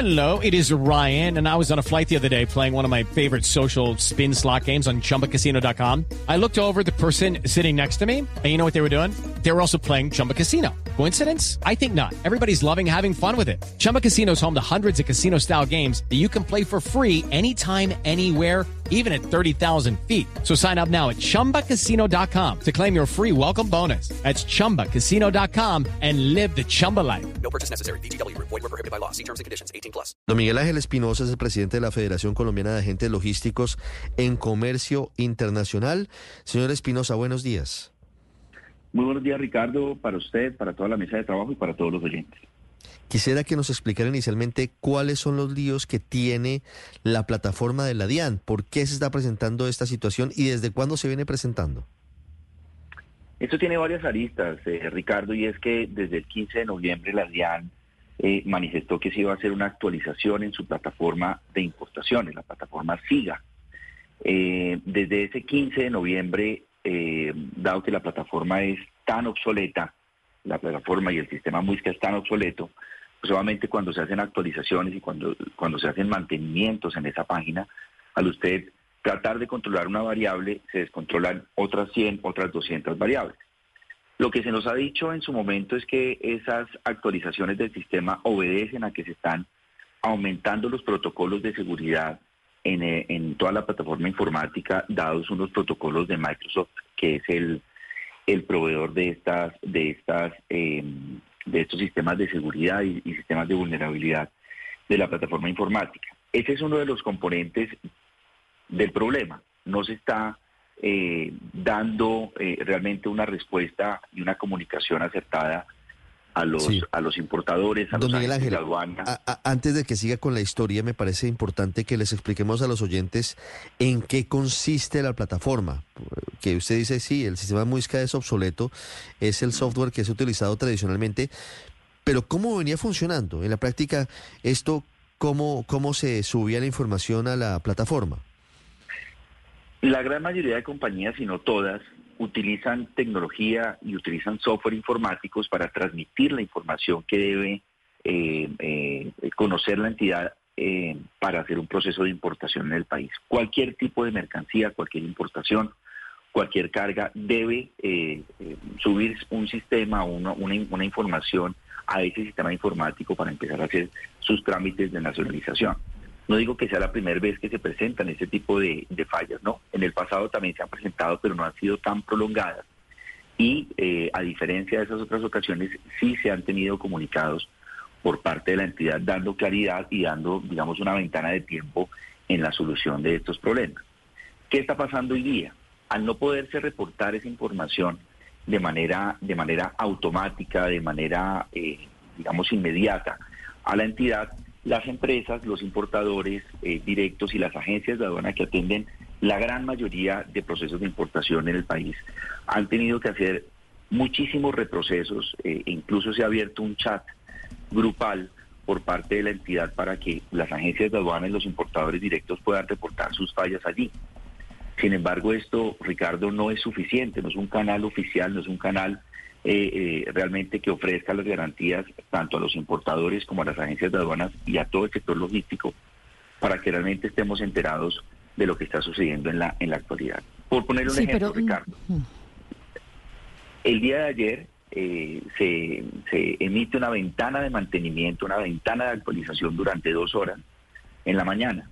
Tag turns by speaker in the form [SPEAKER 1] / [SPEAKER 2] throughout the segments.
[SPEAKER 1] Hello, it is Ryan, and I was on a flight the other day playing one of my favorite social spin slot games on ChumbaCasino.com. I looked over at the person sitting next to me, and you know what they were doing? They were also playing Chumba Casino. Coincidence? I think not. Everybody's loving having fun with it. Chumba Casino is home to hundreds of casino-style games that you can play for free anytime, anywhere, even at 30,000 feet. So sign up now at ChumbaCasino.com to claim your free welcome bonus. That's ChumbaCasino.com and live the Chumba life.
[SPEAKER 2] No purchase necessary. VGW. Void where prohibited by law. See terms and conditions. 18+.
[SPEAKER 3] Don Miguel Ángel Espinosa es el presidente de la Federación Colombiana de Agentes Logísticos en Comercio Internacional. Señor Espinosa, buenos días.
[SPEAKER 4] Muy buenos días, Ricardo, para usted, para toda la mesa de trabajo y para todos los oyentes.
[SPEAKER 3] Quisiera que nos explicara inicialmente cuáles son los líos que tiene la plataforma de la DIAN, por qué se está presentando esta situación y desde cuándo se viene presentando.
[SPEAKER 4] Esto tiene varias aristas, Ricardo, y es que desde el 15 de noviembre la DIAN manifestó que se iba a hacer una actualización en su plataforma de importaciones, la plataforma SIGA. Desde ese 15 de noviembre, dado que la plataforma es tan obsoleta, la plataforma y el sistema Muisca es tan obsoleto, pues obviamente cuando se hacen actualizaciones y cuando se hacen mantenimientos en esa página, al usted tratar de controlar una variable, se descontrolan otras 100, otras 200 variables. Lo que se nos ha dicho en su momento es que esas actualizaciones del sistema obedecen a que se están aumentando los protocolos de seguridad en toda la plataforma informática, dados unos protocolos de Microsoft, que es el proveedor de estos sistemas de seguridad y sistemas de vulnerabilidad de la plataforma informática. Ese es uno de los componentes del problema. No se está dando realmente una respuesta y una comunicación acertada a los importadores, a los agentes de aduana.
[SPEAKER 3] Antes de que siga con la historia, me parece importante que les expliquemos a los oyentes en qué consiste la plataforma. Que usted dice, sí, el sistema Muisca es obsoleto, es el software que es utilizado tradicionalmente, pero ¿cómo venía funcionando? En la práctica, esto, ¿cómo se subía la información a la plataforma?
[SPEAKER 4] La gran mayoría de compañías, si no todas, utilizan tecnología y utilizan software informáticos para transmitir la información que debe conocer la entidad para hacer un proceso de importación en el país. Cualquier tipo de mercancía, cualquier importación, cualquier carga debe subir un sistema, una información a ese sistema informático para empezar a hacer sus trámites de nacionalización. No digo que sea la primera vez que se presentan ese tipo de fallas, no. En el pasado también se han presentado, pero no han sido tan prolongadas. Y a diferencia de esas otras ocasiones, sí se han tenido comunicados por parte de la entidad dando claridad y dando, digamos, una ventana de tiempo en la solución de estos problemas. ¿Qué está pasando hoy día? Al no poderse reportar esa información de manera automática, de manera, digamos, inmediata a la entidad, las empresas, los importadores directos y las agencias de aduana que atienden la gran mayoría de procesos de importación en el país han tenido que hacer muchísimos reprocesos, e incluso se ha abierto un chat grupal por parte de la entidad para que las agencias de aduana y los importadores directos puedan reportar sus fallas allí. Sin embargo, esto, Ricardo, no es suficiente, no es un canal oficial, no es un canal realmente que ofrezca las garantías tanto a los importadores como a las agencias de aduanas y a todo el sector logístico para que realmente estemos enterados de lo que está sucediendo en la actualidad. Por poner un ejemplo, Ricardo, el día de ayer se emite una ventana de mantenimiento, una ventana de actualización durante 2 horas en la mañana.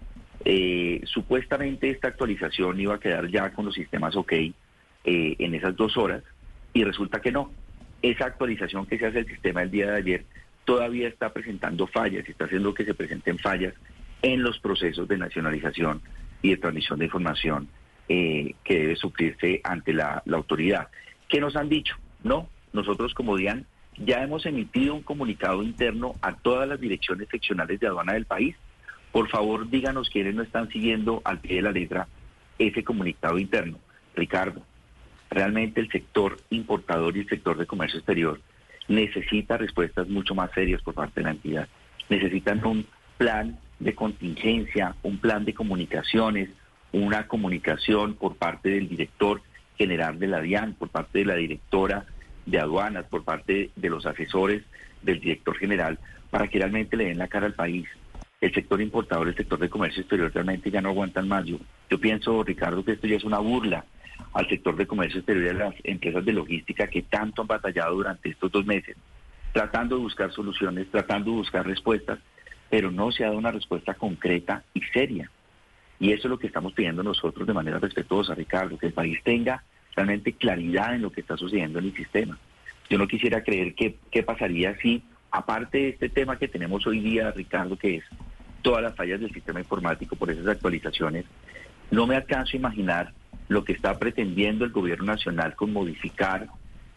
[SPEAKER 4] Supuestamente esta actualización iba a quedar ya con los sistemas OK en esas 2 horas. Y resulta que no. Esa actualización que se hace del sistema el día de ayer todavía está presentando fallas y está haciendo que se presenten fallas en los procesos de nacionalización y de transmisión de información que debe suplirse ante la autoridad. ¿Qué nos han dicho? No, nosotros como DIAN ya hemos emitido un comunicado interno a todas las direcciones seccionales de aduana del país. Por favor, díganos quiénes no están siguiendo al pie de la letra ese comunicado interno. Ricardo, realmente el sector importador y el sector de comercio exterior necesita respuestas mucho más serias por parte de la entidad. Necesitan un plan de contingencia, un plan de comunicaciones, una comunicación por parte del director general de la DIAN, por parte de la directora de aduanas, por parte de los asesores del director general, para que realmente le den la cara al país. El sector importador, el sector de comercio exterior realmente ya no aguantan más. Yo pienso, Ricardo, que esto ya es una burla al sector de comercio exterior y a las empresas de logística que tanto han batallado durante estos 2 meses, tratando de buscar soluciones, tratando de buscar respuestas, pero no se ha dado una respuesta concreta y seria. Y eso es lo que estamos pidiendo nosotros de manera respetuosa, Ricardo, que el país tenga realmente claridad en lo que está sucediendo en el sistema. Yo no quisiera creer qué pasaría si, aparte de este tema que tenemos hoy día, Ricardo, que es todas las fallas del sistema informático por esas actualizaciones, no me alcanzo a imaginar lo que está pretendiendo el gobierno nacional con modificar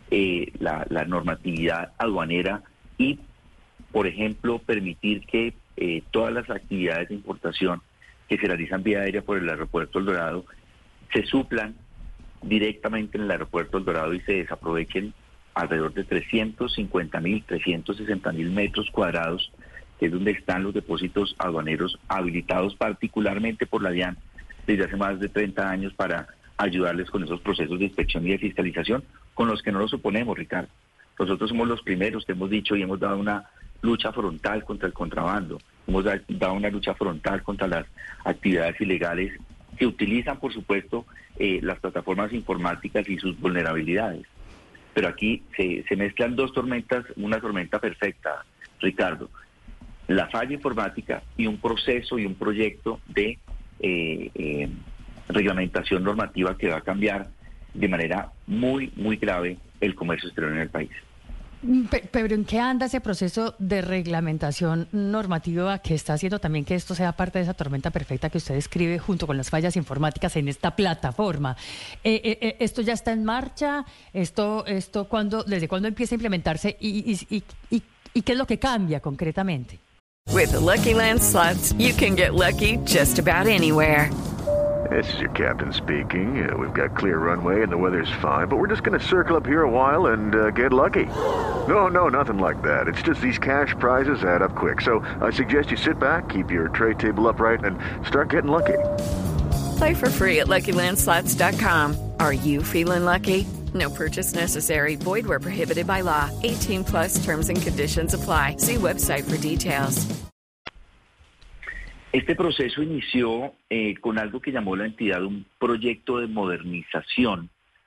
[SPEAKER 4] la normatividad aduanera y, por ejemplo, permitir que todas las actividades de importación que se realizan vía aérea por el aeropuerto El Dorado se suplan directamente en el aeropuerto El Dorado y se desaprovechen alrededor de 350.000, 360.000 metros cuadrados, que es donde están los depósitos aduaneros habilitados particularmente por la DIAN desde hace más de 30 años para ayudarles con esos procesos de inspección y de fiscalización, con los que no nos oponemos, Ricardo. Nosotros somos los primeros que hemos dicho y hemos dado una lucha frontal contra el contrabando, hemos dado una lucha frontal contra las actividades ilegales que utilizan, por supuesto, las plataformas informáticas y sus vulnerabilidades. Pero aquí se mezclan dos tormentas, una tormenta perfecta, Ricardo. La falla informática y un proceso y un proyecto de reglamentación normativa que va a cambiar de manera muy, muy grave el comercio exterior en el país.
[SPEAKER 5] Pero ¿en qué anda ese proceso de reglamentación normativa que está haciendo también que esto sea parte de esa tormenta perfecta que usted describe junto con las fallas informáticas en esta plataforma? ¿Esto ya está en marcha? ¿Desde cuándo empieza a implementarse? ¿Y qué es lo que cambia concretamente?
[SPEAKER 6] With the Lucky Land Slots, you can get lucky just about anywhere.
[SPEAKER 7] This is your captain speaking. We've got clear runway and the weather's fine, but we're just going to circle up here a while and get lucky. No, nothing like that. It's just these cash prizes add up quick. So I suggest you sit back, keep your tray table upright, and start getting lucky.
[SPEAKER 6] Play for free at LuckyLandSlots.com. Are you feeling lucky? No purchase necessary. Void where prohibited by law. 18 plus terms and conditions apply. See website for details.
[SPEAKER 4] Este proceso inició con algo que llamó la entidad un proyecto de modernización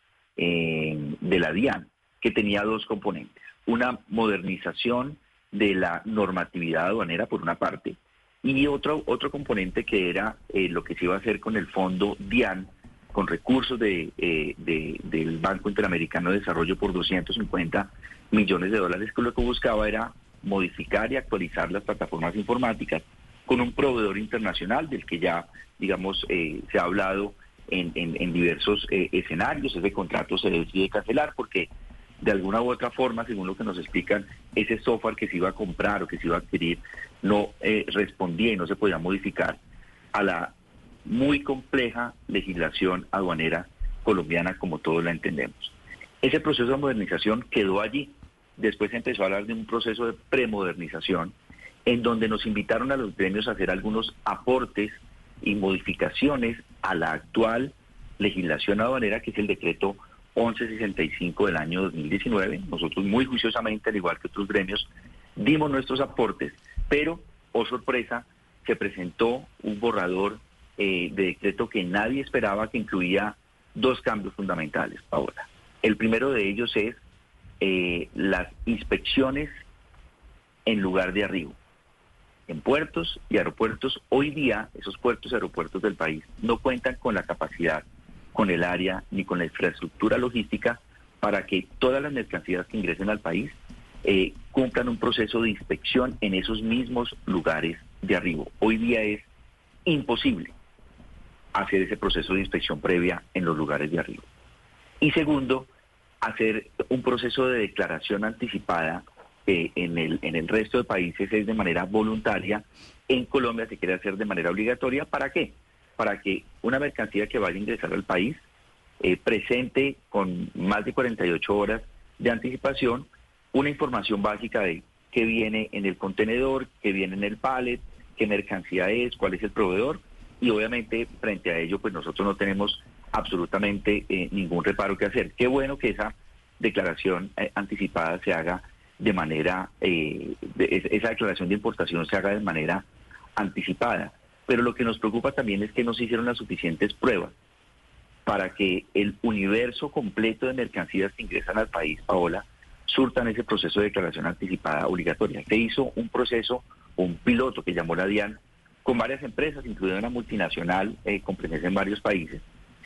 [SPEAKER 4] de la DIAN, que tenía dos componentes. Una modernización de la normatividad aduanera, por una parte, y otro componente que era lo que se iba a hacer con el fondo DIAN, con recursos del Banco Interamericano de Desarrollo por $250 millones, que lo que buscaba era modificar y actualizar las plataformas informáticas con un proveedor internacional del que ya, digamos, se ha hablado en diversos escenarios. Ese contrato se decide cancelar porque de alguna u otra forma, según lo que nos explican, ese software que se iba a comprar o que se iba a adquirir no respondía y no se podía modificar a la muy compleja legislación aduanera colombiana, como todos la entendemos. Ese proceso de modernización quedó allí. Después se empezó a hablar de un proceso de premodernización, en donde nos invitaron a los gremios a hacer algunos aportes y modificaciones a la actual legislación aduanera, que es el decreto 1165 del año 2019. Nosotros muy juiciosamente, al igual que otros gremios, dimos nuestros aportes, pero, oh sorpresa, se presentó un borrador de decreto que nadie esperaba, que incluía dos cambios fundamentales, Paola. El primero de ellos es las inspecciones en lugar de arribo. En puertos y aeropuertos, hoy día, esos puertos y aeropuertos del país no cuentan con la capacidad, con el área, ni con la infraestructura logística para que todas las mercancías que ingresen al país cumplan un proceso de inspección en esos mismos lugares de arribo. Hoy día es imposible hacer ese proceso de inspección previa en los lugares de arribo. Y segundo, hacer un proceso de declaración anticipada en el resto de países es de manera voluntaria. En Colombia se quiere hacer de manera obligatoria. ¿Para qué? Para que una mercancía que vaya a ingresar al país presente con más de 48 horas de anticipación una información básica de qué viene en el contenedor, qué viene en el pallet, qué mercancía es, cuál es el proveedor, y obviamente frente a ello pues nosotros no tenemos absolutamente ningún reparo que hacer. Qué bueno que esa declaración anticipada se haga de manera, esa declaración de importación se haga de manera anticipada. Pero lo que nos preocupa también es que no se hicieron las suficientes pruebas para que el universo completo de mercancías que ingresan al país, Paola, surtan ese proceso de declaración anticipada obligatoria. Se hizo un proceso, un piloto que llamó la DIAN, con varias empresas, incluida una multinacional con presencia en varios países.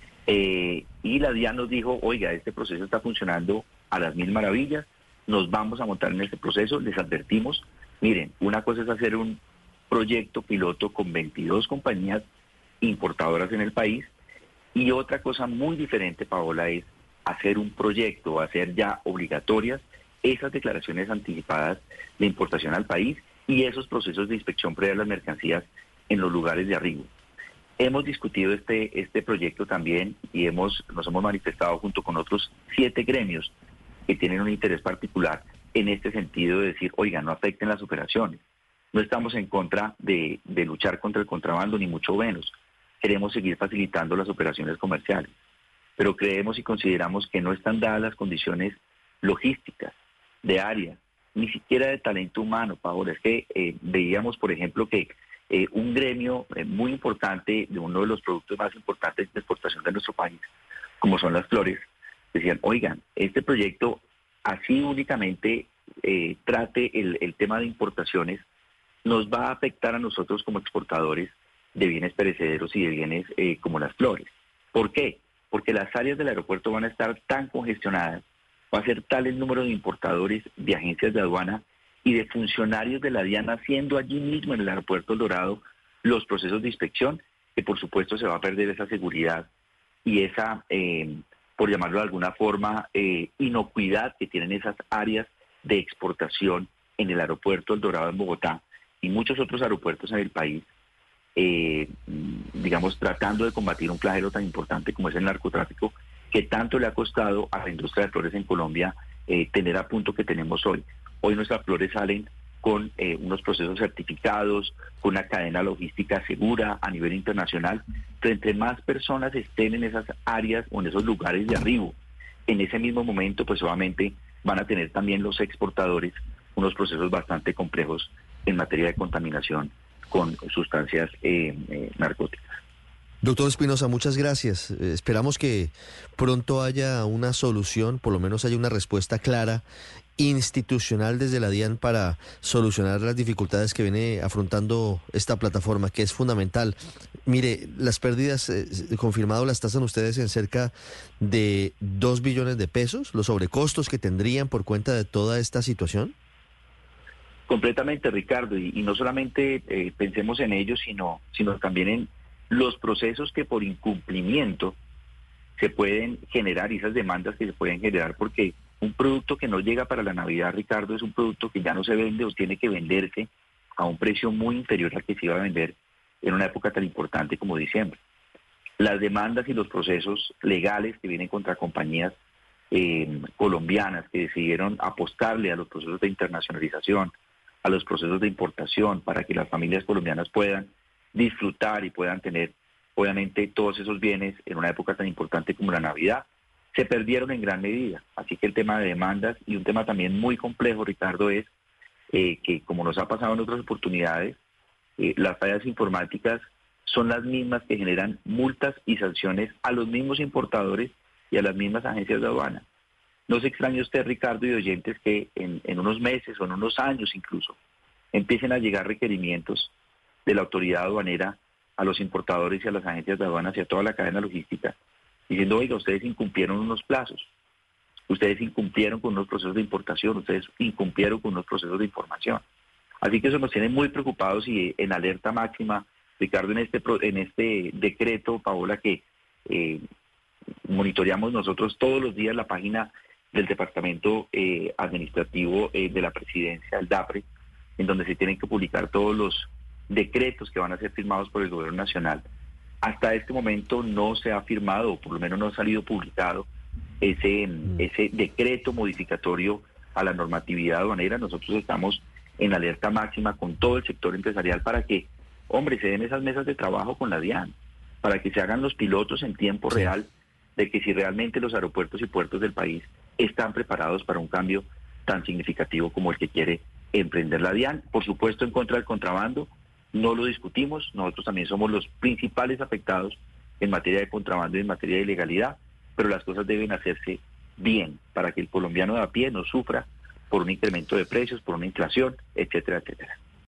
[SPEAKER 4] Y la DIAN nos dijo, oiga, este proceso está funcionando a las mil maravillas, nos vamos a montar en este proceso, les advertimos, miren, una cosa es hacer un proyecto piloto con 22 compañías importadoras en el país, y otra cosa muy diferente, Paola, es hacer un proyecto, hacer ya obligatorias esas declaraciones anticipadas de importación al país y esos procesos de inspección previa de las mercancías en los lugares de arribo. Hemos discutido este proyecto también y nos hemos manifestado junto con otros 7 gremios que tienen un interés particular en este sentido de decir, oiga, no afecten las operaciones. No estamos en contra de luchar contra el contrabando, ni mucho menos. Queremos seguir facilitando las operaciones comerciales, pero creemos y consideramos que no están dadas las condiciones logísticas, de área, ni siquiera de talento humano, Paola. Es que veíamos, por ejemplo, que un gremio muy importante de uno de los productos más importantes de exportación de nuestro país, como son las flores, decían, oigan, este proyecto así únicamente trate el tema de importaciones, nos va a afectar a nosotros como exportadores de bienes perecederos y de bienes como las flores. ¿Por qué? Porque las áreas del aeropuerto van a estar tan congestionadas, va a ser tal el número de importadores, de agencias de aduana y de funcionarios de la DIAN haciendo allí mismo en el aeropuerto El Dorado los procesos de inspección, que por supuesto se va a perder esa seguridad y esa, por llamarlo de alguna forma, inocuidad que tienen esas áreas de exportación en el aeropuerto El Dorado en Bogotá y muchos otros aeropuertos en el país, digamos, tratando de combatir un flagelo tan importante como es el narcotráfico, que tanto le ha costado a la industria de flores en Colombia tener a punto que tenemos hoy. Hoy nuestras flores salen con unos procesos certificados, con una cadena logística segura a nivel internacional, pero entre más personas estén en esas áreas o en esos lugares de arribo, en ese mismo momento, pues obviamente van a tener también los exportadores unos procesos bastante complejos en materia de contaminación con sustancias narcóticas.
[SPEAKER 3] Doctor Espinosa, muchas gracias. Esperamos que pronto haya una solución, por lo menos haya una respuesta clara, institucional desde la DIAN para solucionar las dificultades que viene afrontando esta plataforma, que es fundamental. Mire, las pérdidas, confirmado las tasan ustedes en cerca de 2 billones de pesos, los sobrecostos que tendrían por cuenta de toda esta situación.
[SPEAKER 4] Completamente, Ricardo, y no solamente pensemos en ello, sino también en los procesos que por incumplimiento se pueden generar y esas demandas que se pueden generar, porque un producto que no llega para la Navidad, Ricardo, es un producto que ya no se vende o tiene que venderse a un precio muy inferior al que se iba a vender en una época tan importante como diciembre. Las demandas y los procesos legales que vienen contra compañías colombianas que decidieron apostarle a los procesos de internacionalización, a los procesos de importación, para que las familias colombianas puedan disfrutar y puedan tener, obviamente, todos esos bienes en una época tan importante como la Navidad, se perdieron en gran medida. Así que el tema de demandas y un tema también muy complejo, Ricardo, es que, como nos ha pasado en otras oportunidades, las fallas informáticas son las mismas que generan multas y sanciones a los mismos importadores y a las mismas agencias de aduana. No se extrañe usted, Ricardo, y oyentes, que en unos meses o en unos años incluso empiecen a llegar requerimientos de la autoridad aduanera a los importadores y a las agencias de aduanas y a toda la cadena logística, diciendo, oiga, ustedes incumplieron unos plazos, ustedes incumplieron con unos procesos de importación, ustedes incumplieron con unos procesos de información. Así que eso nos tiene muy preocupados y en alerta máxima, Ricardo, en este decreto, Paola, que monitoreamos nosotros todos los días la página del Departamento Administrativo de la Presidencia, el DAPRE, en donde se tienen que publicar todos los decretos que van a ser firmados por el Gobierno Nacional. Hasta este momento no se ha firmado, o por lo menos no ha salido publicado, ese decreto modificatorio a la normatividad aduanera. Nosotros estamos en alerta máxima con todo el sector empresarial para que, hombre, se den esas mesas de trabajo con la DIAN, para que se hagan los pilotos en tiempo real de que si realmente los aeropuertos y puertos del país están preparados para un cambio tan significativo como el que quiere emprender la DIAN. Por supuesto, en contra del contrabando, no lo discutimos, nosotros también somos los principales afectados en materia de contrabando y en materia de ilegalidad, pero las cosas deben hacerse bien para que el colombiano de a pie no sufra por un incremento de precios, por una inflación, etcétera, etcétera.